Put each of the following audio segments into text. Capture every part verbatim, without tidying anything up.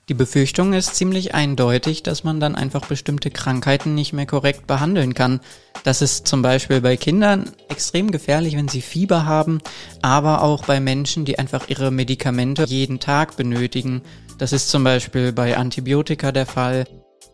Die Befürchtung ist ziemlich eindeutig, dass man dann einfach bestimmte Krankheiten nicht mehr korrekt behandeln kann. Das ist zum Beispiel bei Kindern extrem gefährlich, wenn sie Fieber haben, aber auch bei Menschen, die einfach ihre Medikamente jeden Tag benötigen. Das ist zum Beispiel bei Antibiotika der Fall.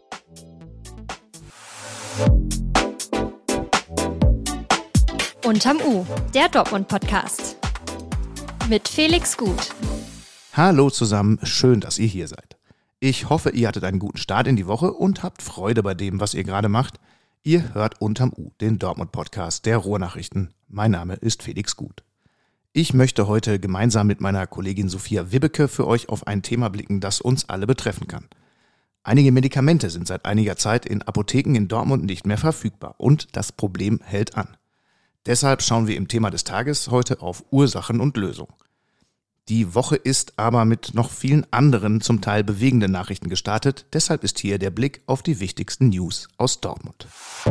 Unterm U, der Dortmund-Podcast. Mit Felix Gut. Hallo zusammen, schön, dass ihr hier seid. Ich hoffe, ihr hattet einen guten Start in die Woche und habt Freude bei dem, was ihr gerade macht. Ihr hört Unterm U, den Dortmund-Podcast der Ruhrnachrichten. Mein Name ist Felix Gut. Ich möchte heute gemeinsam mit meiner Kollegin Sophia Wibbeke für euch auf ein Thema blicken, das uns alle betreffen kann. Einige Medikamente sind seit einiger Zeit in Apotheken in Dortmund nicht mehr verfügbar und das Problem hält an. Deshalb schauen wir im Thema des Tages heute auf Ursachen und Lösungen. Die Woche ist aber mit noch vielen anderen, zum Teil bewegenden Nachrichten gestartet. Deshalb ist hier der Blick auf die wichtigsten News aus Dortmund.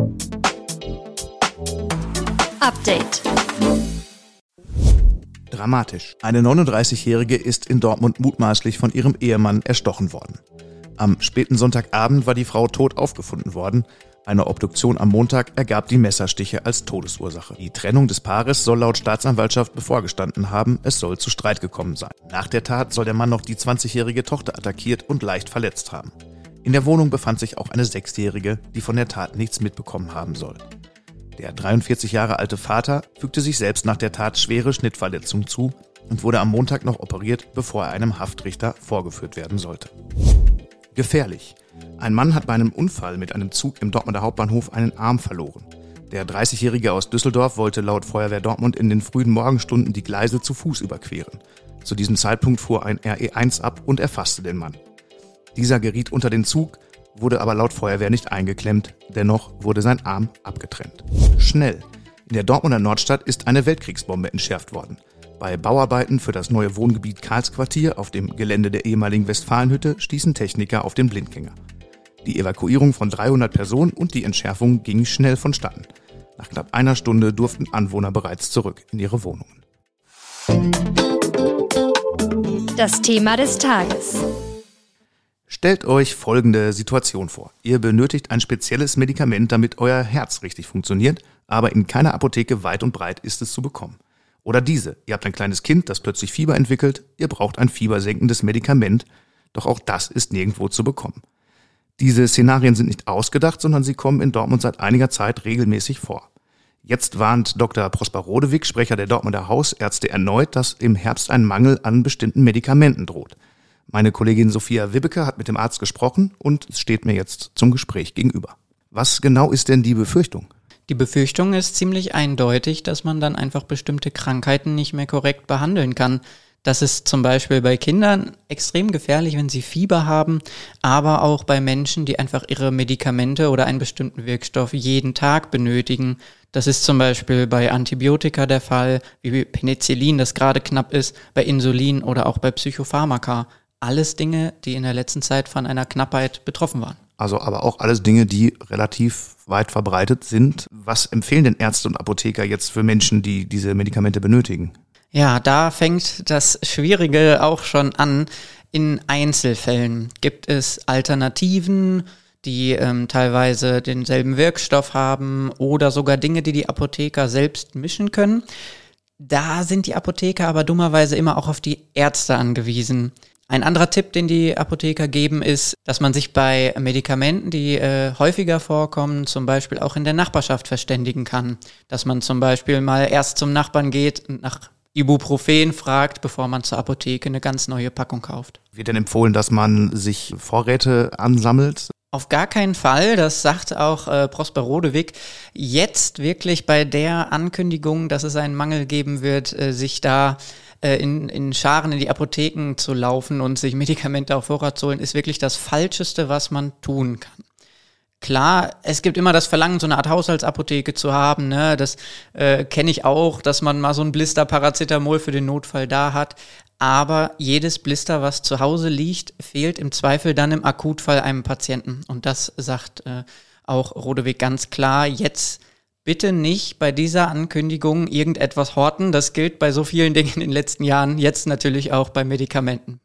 Update. Dramatisch. Eine neununddreißigjährige ist in Dortmund mutmaßlich von ihrem Ehemann erstochen worden. Am späten Sonntagabend war die Frau tot aufgefunden worden. Eine Obduktion am Montag ergab die Messerstiche als Todesursache. Die Trennung des Paares soll laut Staatsanwaltschaft bevorgestanden haben, es soll zu Streit gekommen sein. Nach der Tat soll der Mann noch die zwanzigjährige Tochter attackiert und leicht verletzt haben. In der Wohnung befand sich auch eine sechsjährige, die von der Tat nichts mitbekommen haben soll. Der dreiundvierzig Jahre alte Vater fügte sich selbst nach der Tat schwere Schnittverletzungen zu und wurde am Montag noch operiert, bevor er einem Haftrichter vorgeführt werden sollte. Gefährlich. Ein Mann hat bei einem Unfall mit einem Zug im Dortmunder Hauptbahnhof einen Arm verloren. Der dreißigjährige aus Düsseldorf wollte laut Feuerwehr Dortmund in den frühen Morgenstunden die Gleise zu Fuß überqueren. Zu diesem Zeitpunkt fuhr ein R E eins ab und erfasste den Mann. Dieser geriet unter den Zug, wurde aber laut Feuerwehr nicht eingeklemmt, dennoch wurde sein Arm abgetrennt. Schnell. In der Dortmunder Nordstadt ist eine Weltkriegsbombe entschärft worden. Bei Bauarbeiten für das neue Wohngebiet Karlsquartier auf dem Gelände der ehemaligen Westfalenhütte stießen Techniker auf den Blindgänger. Die Evakuierung von dreihundert Personen und die Entschärfung gingen schnell vonstatten. Nach knapp einer Stunde durften Anwohner bereits zurück in ihre Wohnungen. Das Thema des Tages. Stellt euch folgende Situation vor. Ihr benötigt ein spezielles Medikament, damit euer Herz richtig funktioniert, aber in keiner Apotheke weit und breit ist es zu bekommen. Oder diese, ihr habt ein kleines Kind, das plötzlich Fieber entwickelt, ihr braucht ein fiebersenkendes Medikament, doch auch das ist nirgendwo zu bekommen. Diese Szenarien sind nicht ausgedacht, sondern sie kommen in Dortmund seit einiger Zeit regelmäßig vor. Jetzt warnt Doktor Prosper Rodewig, Sprecher der Dortmunder Hausärzte, erneut, dass im Herbst ein Mangel an bestimmten Medikamenten droht. Meine Kollegin Sophia Wibbeke hat mit dem Arzt gesprochen und steht mir jetzt zum Gespräch gegenüber. Was genau ist denn die Befürchtung? Die Befürchtung ist ziemlich eindeutig, dass man dann einfach bestimmte Krankheiten nicht mehr korrekt behandeln kann. Das ist zum Beispiel bei Kindern extrem gefährlich, wenn sie Fieber haben, aber auch bei Menschen, die einfach ihre Medikamente oder einen bestimmten Wirkstoff jeden Tag benötigen. Das ist zum Beispiel bei Antibiotika der Fall, wie Penicillin, das gerade knapp ist, bei Insulin oder auch bei Psychopharmaka. Alles Dinge, die in der letzten Zeit von einer Knappheit betroffen waren. Also aber auch alles Dinge, die relativ weit verbreitet sind. Was empfehlen denn Ärzte und Apotheker jetzt für Menschen, die diese Medikamente benötigen? Ja, da fängt das Schwierige auch schon an. In Einzelfällen gibt es Alternativen, die ähm, teilweise denselben Wirkstoff haben oder sogar Dinge, die die Apotheker selbst mischen können. Da sind die Apotheker aber dummerweise immer auch auf die Ärzte angewiesen. Ein anderer Tipp, den die Apotheker geben, ist, dass man sich bei Medikamenten, die äh, häufiger vorkommen, zum Beispiel auch in der Nachbarschaft verständigen kann. Dass man zum Beispiel mal erst zum Nachbarn geht und nach Ibuprofen fragt, bevor man zur Apotheke eine ganz neue Packung kauft. Wird denn empfohlen, dass man sich Vorräte ansammelt? Auf gar keinen Fall, das sagt auch äh, Prosper Rodewig. Jetzt wirklich bei der Ankündigung, dass es einen Mangel geben wird, äh, sich da In, in Scharen in die Apotheken zu laufen und sich Medikamente auf Vorrat zu holen, ist wirklich das Falscheste, was man tun kann. Klar, es gibt immer das Verlangen, so eine Art Haushaltsapotheke zu haben, ne? Das äh, kenne ich auch, dass man mal so ein Blister Paracetamol für den Notfall da hat. Aber jedes Blister, was zu Hause liegt, fehlt im Zweifel dann im Akutfall einem Patienten. Und das sagt äh, auch Rodewig ganz klar. Jetzt bitte nicht bei dieser Ankündigung irgendetwas horten. Das gilt bei so vielen Dingen in den letzten Jahren, jetzt natürlich auch bei Medikamenten.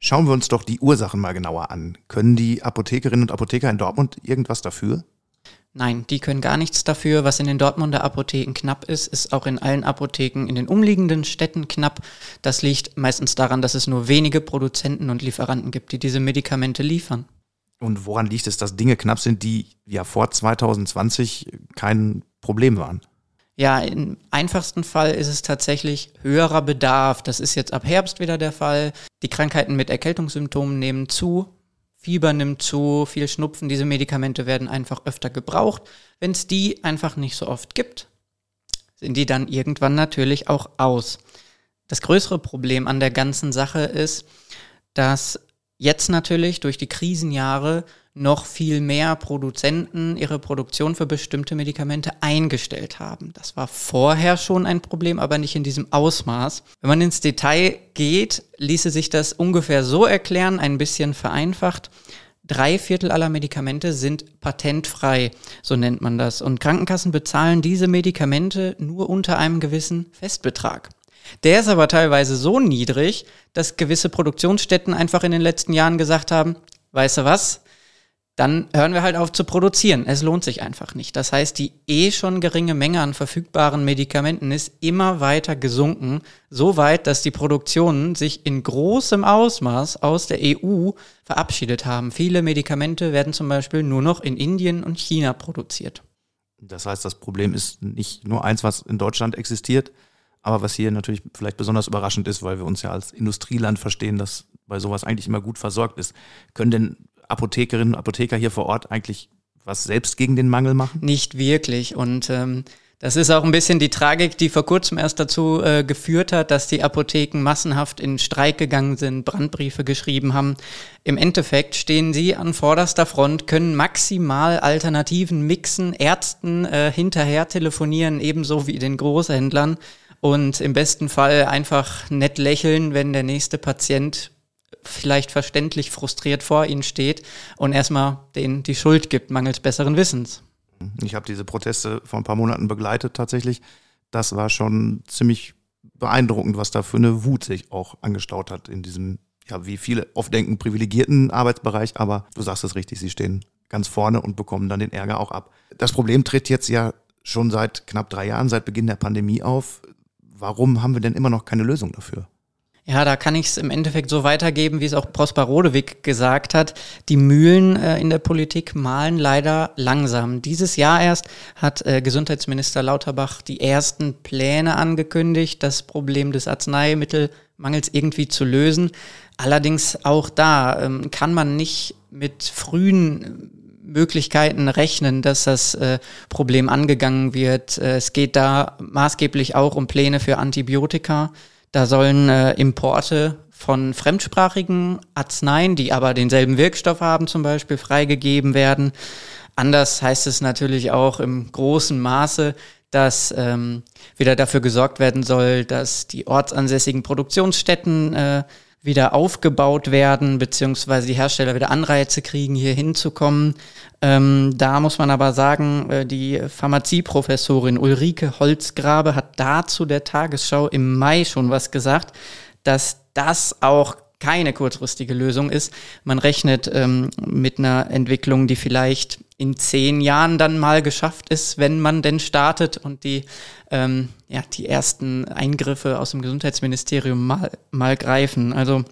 Schauen wir uns doch die Ursachen mal genauer an. Können die Apothekerinnen und Apotheker in Dortmund irgendwas dafür? Nein, die können gar nichts dafür. Was in den Dortmunder Apotheken knapp ist, ist auch in allen Apotheken in den umliegenden Städten knapp. Das liegt meistens daran, dass es nur wenige Produzenten und Lieferanten gibt, die diese Medikamente liefern. Und woran liegt es, dass Dinge knapp sind, die ja vor zwanzig zwanzig kein Problem waren? Ja, im einfachsten Fall ist es tatsächlich höherer Bedarf. Das ist jetzt ab Herbst wieder der Fall. Die Krankheiten mit Erkältungssymptomen nehmen zu, Fieber nimmt zu, viel Schnupfen. Diese Medikamente werden einfach öfter gebraucht. Wenn es die einfach nicht so oft gibt, sind die dann irgendwann natürlich auch aus. Das größere Problem an der ganzen Sache ist, dass jetzt natürlich durch die Krisenjahre noch viel mehr Produzenten ihre Produktion für bestimmte Medikamente eingestellt haben. Das war vorher schon ein Problem, aber nicht in diesem Ausmaß. Wenn man ins Detail geht, ließe sich das ungefähr so erklären, ein bisschen vereinfacht. Drei Viertel aller Medikamente sind patentfrei, so nennt man das. Und Krankenkassen bezahlen diese Medikamente nur unter einem gewissen Festbetrag. Der ist aber teilweise so niedrig, dass gewisse Produktionsstätten einfach in den letzten Jahren gesagt haben, weißt du was, dann hören wir halt auf zu produzieren. Es lohnt sich einfach nicht. Das heißt, die eh schon geringe Menge an verfügbaren Medikamenten ist immer weiter gesunken, so weit, dass die Produktionen sich in großem Ausmaß aus der E U verabschiedet haben. Viele Medikamente werden zum Beispiel nur noch in Indien und China produziert. Das heißt, das Problem ist nicht nur eins, was in Deutschland existiert, aber was hier natürlich vielleicht besonders überraschend ist, weil wir uns ja als Industrieland verstehen, dass bei sowas eigentlich immer gut versorgt ist. Können denn Apothekerinnen und Apotheker hier vor Ort eigentlich was selbst gegen den Mangel machen? Nicht wirklich. Und ähm, das ist auch ein bisschen die Tragik, die vor kurzem erst dazu äh, geführt hat, dass die Apotheken massenhaft in Streik gegangen sind, Brandbriefe geschrieben haben. Im Endeffekt stehen sie an vorderster Front, können maximal Alternativen mixen, Ärzten äh, hinterher telefonieren, ebenso wie den Großhändlern. Und im besten Fall einfach nett lächeln, wenn der nächste Patient vielleicht verständlich frustriert vor ihnen steht und erstmal denen die Schuld gibt, mangels besseren Wissens. Ich habe diese Proteste vor ein paar Monaten begleitet tatsächlich. Das war schon ziemlich beeindruckend, was da für eine Wut sich auch angestaut hat in diesem, ja, wie viele oft denken, privilegierten Arbeitsbereich. Aber du sagst es richtig, sie stehen ganz vorne und bekommen dann den Ärger auch ab. Das Problem tritt jetzt ja schon seit knapp drei Jahren, seit Beginn der Pandemie auf. Warum haben wir denn immer noch keine Lösung dafür? Ja, da kann ich es im Endeffekt so weitergeben, wie es auch Prosper Rodewig gesagt hat. Die Mühlen äh, in der Politik mahlen leider langsam. Dieses Jahr erst hat äh, Gesundheitsminister Lauterbach die ersten Pläne angekündigt, das Problem des Arzneimittelmangels irgendwie zu lösen. Allerdings auch da ähm, kann man nicht mit frühen Möglichkeiten rechnen, dass das äh, Problem angegangen wird. Äh, es geht da maßgeblich auch um Pläne für Antibiotika. Da sollen äh, Importe von fremdsprachigen Arzneien, die aber denselben Wirkstoff haben, zum Beispiel freigegeben werden. Anders heißt es natürlich auch im großen Maße, dass ähm, wieder dafür gesorgt werden soll, dass die ortsansässigen Produktionsstätten äh, wieder aufgebaut werden, beziehungsweise die Hersteller wieder Anreize kriegen, hier hinzukommen. Ähm, da muss man aber sagen, äh, die Pharmazieprofessorin Ulrike Holzgrabe hat dazu der Tagesschau im Mai schon was gesagt, dass das auch keine kurzfristige Lösung ist. Man rechnet ähm, mit einer Entwicklung, die vielleicht in zehn Jahren dann mal geschafft ist, wenn man denn startet und die ähm, ja die ersten Eingriffe aus dem Gesundheitsministerium mal, mal greifen. Also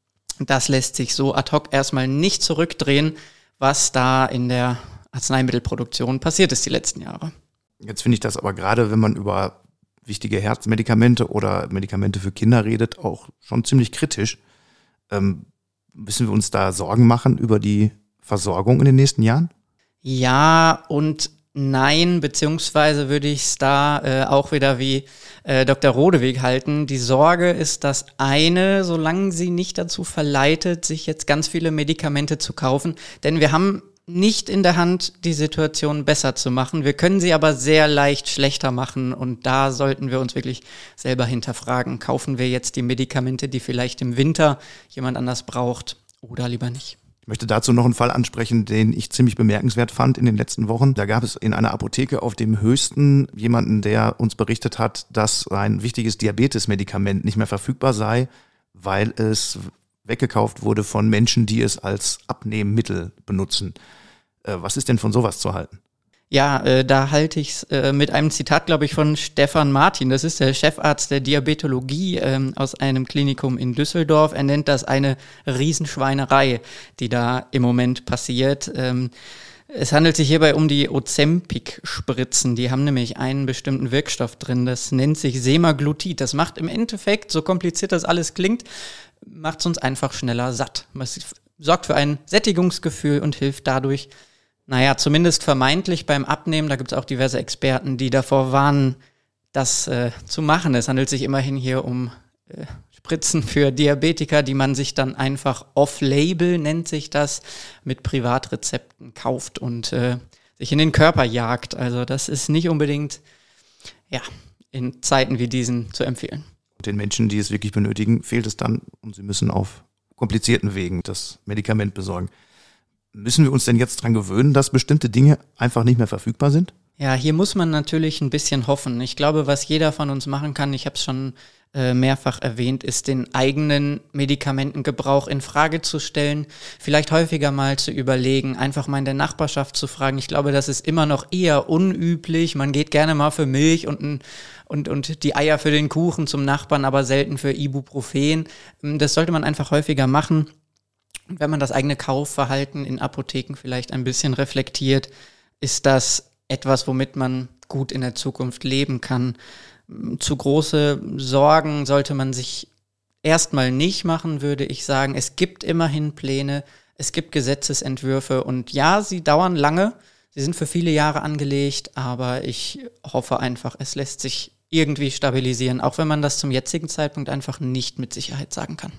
das lässt sich so ad hoc erstmal nicht zurückdrehen, was da in der Arzneimittelproduktion passiert ist die letzten Jahre. Jetzt finde ich das aber gerade, wenn man über wichtige Herzmedikamente oder Medikamente für Kinder redet, auch schon ziemlich kritisch. Ähm, müssen wir uns da Sorgen machen über die Versorgung in den nächsten Jahren? Ja und nein, beziehungsweise würde ich es da äh, auch wieder wie äh, Doktor Rodewig halten. Die Sorge ist das eine, solange sie nicht dazu verleitet, sich jetzt ganz viele Medikamente zu kaufen. Denn wir haben nicht in der Hand, die Situation besser zu machen. Wir können sie aber sehr leicht schlechter machen und da sollten wir uns wirklich selber hinterfragen. Kaufen wir jetzt die Medikamente, die vielleicht im Winter jemand anders braucht oder lieber nicht? Ich möchte dazu noch einen Fall ansprechen, den ich ziemlich bemerkenswert fand in den letzten Wochen. Da gab es in einer Apotheke auf dem Höchsten jemanden, der uns berichtet hat, dass ein wichtiges Diabetesmedikament nicht mehr verfügbar sei, weil es weggekauft wurde von Menschen, die es als Abnehmmittel benutzen. Äh, was ist denn von sowas zu halten? Ja, äh, da halte ich es äh, mit einem Zitat, glaube ich, von Stefan Martin. Das ist der Chefarzt der Diabetologie ähm, aus einem Klinikum in Düsseldorf. Er nennt das eine Riesenschweinerei, die da im Moment passiert. Ähm, es handelt sich hierbei um die Ozempic-Spritzen. Die haben nämlich einen bestimmten Wirkstoff drin. Das nennt sich Semaglutid. Das macht im Endeffekt, so kompliziert das alles klingt, macht es uns einfach schneller satt. Es sorgt für ein Sättigungsgefühl und hilft dadurch, naja, zumindest vermeintlich beim Abnehmen. Da gibt es auch diverse Experten, die davor warnen, das äh, zu machen. Es handelt sich immerhin hier um äh, Spritzen für Diabetiker, die man sich dann einfach off-label, nennt sich das, mit Privatrezepten kauft und äh, sich in den Körper jagt. Also das ist nicht unbedingt, ja, in Zeiten wie diesen zu empfehlen. Den Menschen, die es wirklich benötigen, fehlt es dann und sie müssen auf komplizierten Wegen das Medikament besorgen. Müssen wir uns denn jetzt dran gewöhnen, dass bestimmte Dinge einfach nicht mehr verfügbar sind? Ja, hier muss man natürlich ein bisschen hoffen. Ich glaube, was jeder von uns machen kann, ich habe es schon äh, mehrfach erwähnt, ist den eigenen Medikamentengebrauch in Frage zu stellen, vielleicht häufiger mal zu überlegen, einfach mal in der Nachbarschaft zu fragen. Ich glaube, das ist immer noch eher unüblich. Man geht gerne mal für Milch und, ein, und, und die Eier für den Kuchen zum Nachbarn, aber selten für Ibuprofen. Das sollte man einfach häufiger machen. Und wenn man das eigene Kaufverhalten in Apotheken vielleicht ein bisschen reflektiert, ist das etwas, womit man gut in der Zukunft leben kann. Zu große Sorgen sollte man sich erstmal nicht machen, würde ich sagen. Es gibt immerhin Pläne, es gibt Gesetzesentwürfe und ja, sie dauern lange, sie sind für viele Jahre angelegt, aber ich hoffe einfach, es lässt sich irgendwie stabilisieren, auch wenn man das zum jetzigen Zeitpunkt einfach nicht mit Sicherheit sagen kann.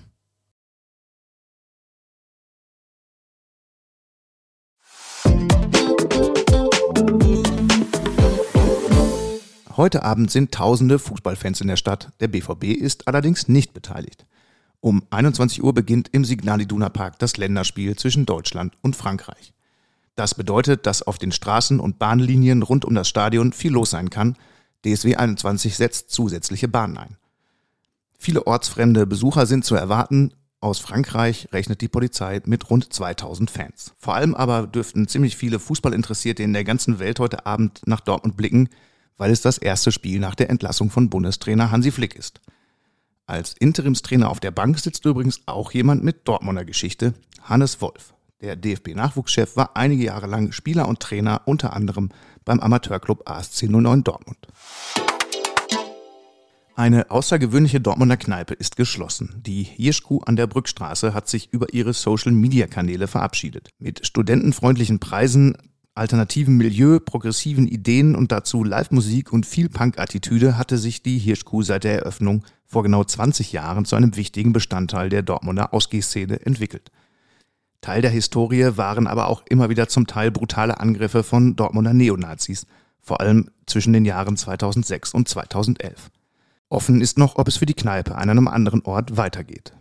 Heute Abend sind tausende Fußballfans in der Stadt. Der B V B ist allerdings nicht beteiligt. Um einundzwanzig Uhr beginnt im Signal Iduna Park das Länderspiel zwischen Deutschland und Frankreich. Das bedeutet, dass auf den Straßen und Bahnlinien rund um das Stadion viel los sein kann. D S W einundzwanzig setzt zusätzliche Bahnen ein. Viele ortsfremde Besucher sind zu erwarten. Aus Frankreich rechnet die Polizei mit rund zweitausend Fans. Vor allem aber dürften ziemlich viele Fußballinteressierte in der ganzen Welt heute Abend nach Dortmund blicken, weil es das erste Spiel nach der Entlassung von Bundestrainer Hansi Flick ist. Als Interimstrainer auf der Bank sitzt übrigens auch jemand mit Dortmunder Geschichte, Hannes Wolf. Der D F B-Nachwuchschef war einige Jahre lang Spieler und Trainer, unter anderem beim Amateurclub A S C null neun Dortmund. Eine außergewöhnliche Dortmunder Kneipe ist geschlossen. Die Hirschkuh an der Brückstraße hat sich über ihre Social-Media-Kanäle verabschiedet. Mit studentenfreundlichen Preisen, alternativen Milieu, progressiven Ideen und dazu Live-Musik und viel Punk-Attitüde hatte sich die Hirschkuh seit der Eröffnung vor genau zwanzig Jahren zu einem wichtigen Bestandteil der Dortmunder Ausgehszene entwickelt. Teil der Historie waren aber auch immer wieder zum Teil brutale Angriffe von Dortmunder Neonazis, vor allem zwischen den Jahren zweitausendsechs und zweitausendelf. Offen ist noch, ob es für die Kneipe an einem anderen Ort weitergeht.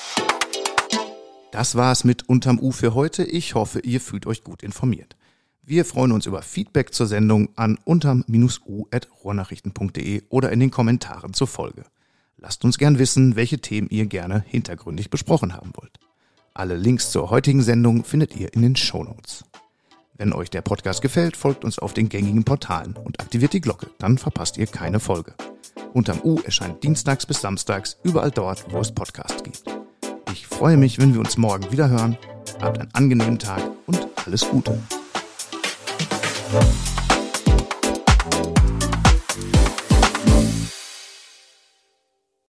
Das war's mit Unterm U für heute. Ich hoffe, ihr fühlt euch gut informiert. Wir freuen uns über Feedback zur Sendung an unterm u at ruhrnachrichten punkt de oder in den Kommentaren zur Folge. Lasst uns gern wissen, welche Themen ihr gerne hintergründig besprochen haben wollt. Alle Links zur heutigen Sendung findet ihr in den Shownotes. Wenn euch der Podcast gefällt, folgt uns auf den gängigen Portalen und aktiviert die Glocke, dann verpasst ihr keine Folge. Unterm U erscheint dienstags bis samstags überall dort, wo es Podcasts gibt. Ich freue mich, wenn wir uns morgen wieder hören. Habt einen angenehmen Tag und alles Gute.